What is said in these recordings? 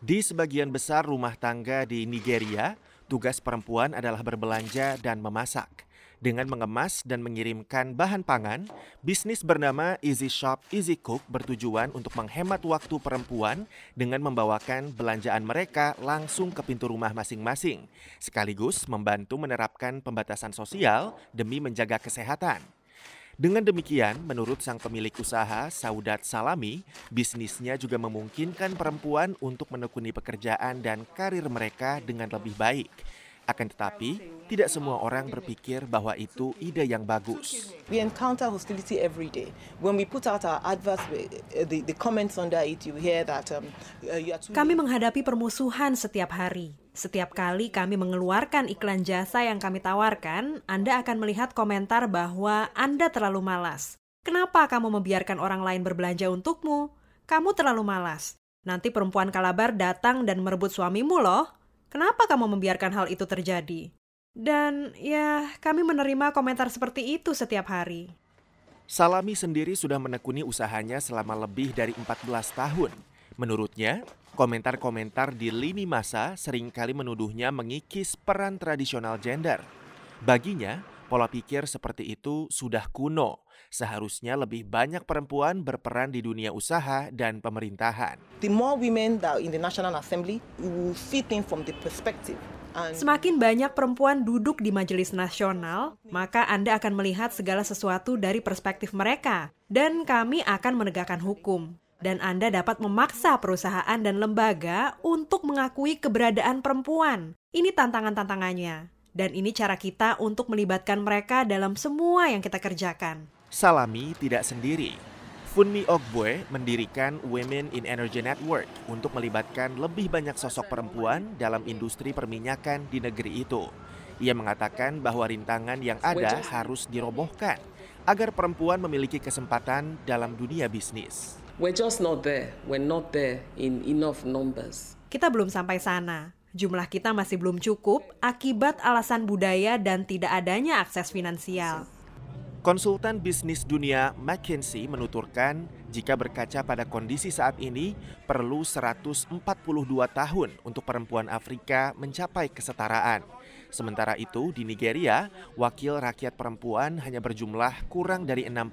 Di sebagian besar rumah tangga di Nigeria, tugas perempuan adalah berbelanja dan memasak. Dengan mengemas dan mengirimkan bahan pangan, bisnis bernama Easy Shop Easy Cook bertujuan untuk menghemat waktu perempuan dengan membawakan belanjaan mereka langsung ke pintu rumah masing-masing, sekaligus membantu menerapkan pembatasan sosial demi menjaga kesehatan. Dengan demikian, menurut sang pemilik usaha, Saudat Salami, bisnisnya juga memungkinkan perempuan untuk menekuni pekerjaan dan karir mereka dengan lebih baik. Akan tetapi, tidak semua orang berpikir bahwa itu ide yang bagus. We encounter hostility every day. When we put out our adverts, the comments under it, you hear that you are too... Kami menghadapi permusuhan setiap hari. Setiap kali kami mengeluarkan iklan jasa yang kami tawarkan, Anda akan melihat komentar bahwa Anda terlalu malas. Kenapa kamu membiarkan orang lain berbelanja untukmu? Kamu terlalu malas. Nanti perempuan Kalabar datang dan merebut suamimu loh. Kenapa kamu membiarkan hal itu terjadi? Dan ya, kami menerima komentar seperti itu setiap hari. Salami sendiri sudah menekuni usahanya selama lebih dari 14 tahun. Menurutnya, komentar-komentar di lini masa seringkali menuduhnya mengikis peran tradisional gender. Baginya, pola pikir seperti itu sudah kuno. Seharusnya lebih banyak perempuan berperan di dunia usaha dan pemerintahan. The more women that are in the National Assembly, we will see things from the perspective. Semakin banyak perempuan duduk di Majelis Nasional, maka Anda akan melihat segala sesuatu dari perspektif mereka. Dan kami akan menegakkan hukum. Dan Anda dapat memaksa perusahaan dan lembaga untuk mengakui keberadaan perempuan. Ini tantangan-tantangannya. Dan ini cara kita untuk melibatkan mereka dalam semua yang kita kerjakan. Salami tidak sendiri. Funmi Ogboe mendirikan Women in Energy Network untuk melibatkan lebih banyak sosok perempuan dalam industri perminyakan di negeri itu. Ia mengatakan bahwa rintangan yang ada harus dirobohkan agar perempuan memiliki kesempatan dalam dunia bisnis. We're just not there. We're not there in enough numbers. Kita belum sampai sana. Jumlah kita masih belum cukup akibat alasan budaya dan tidak adanya akses finansial. Konsultan bisnis dunia McKinsey menuturkan jika berkaca pada kondisi saat ini perlu 142 tahun untuk perempuan Afrika mencapai kesetaraan. Sementara itu di Nigeria, wakil rakyat perempuan hanya berjumlah kurang dari 6%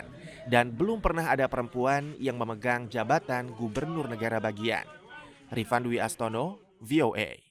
dan belum pernah ada perempuan yang memegang jabatan gubernur negara bagian. Rifan Dwi Astono, VOA.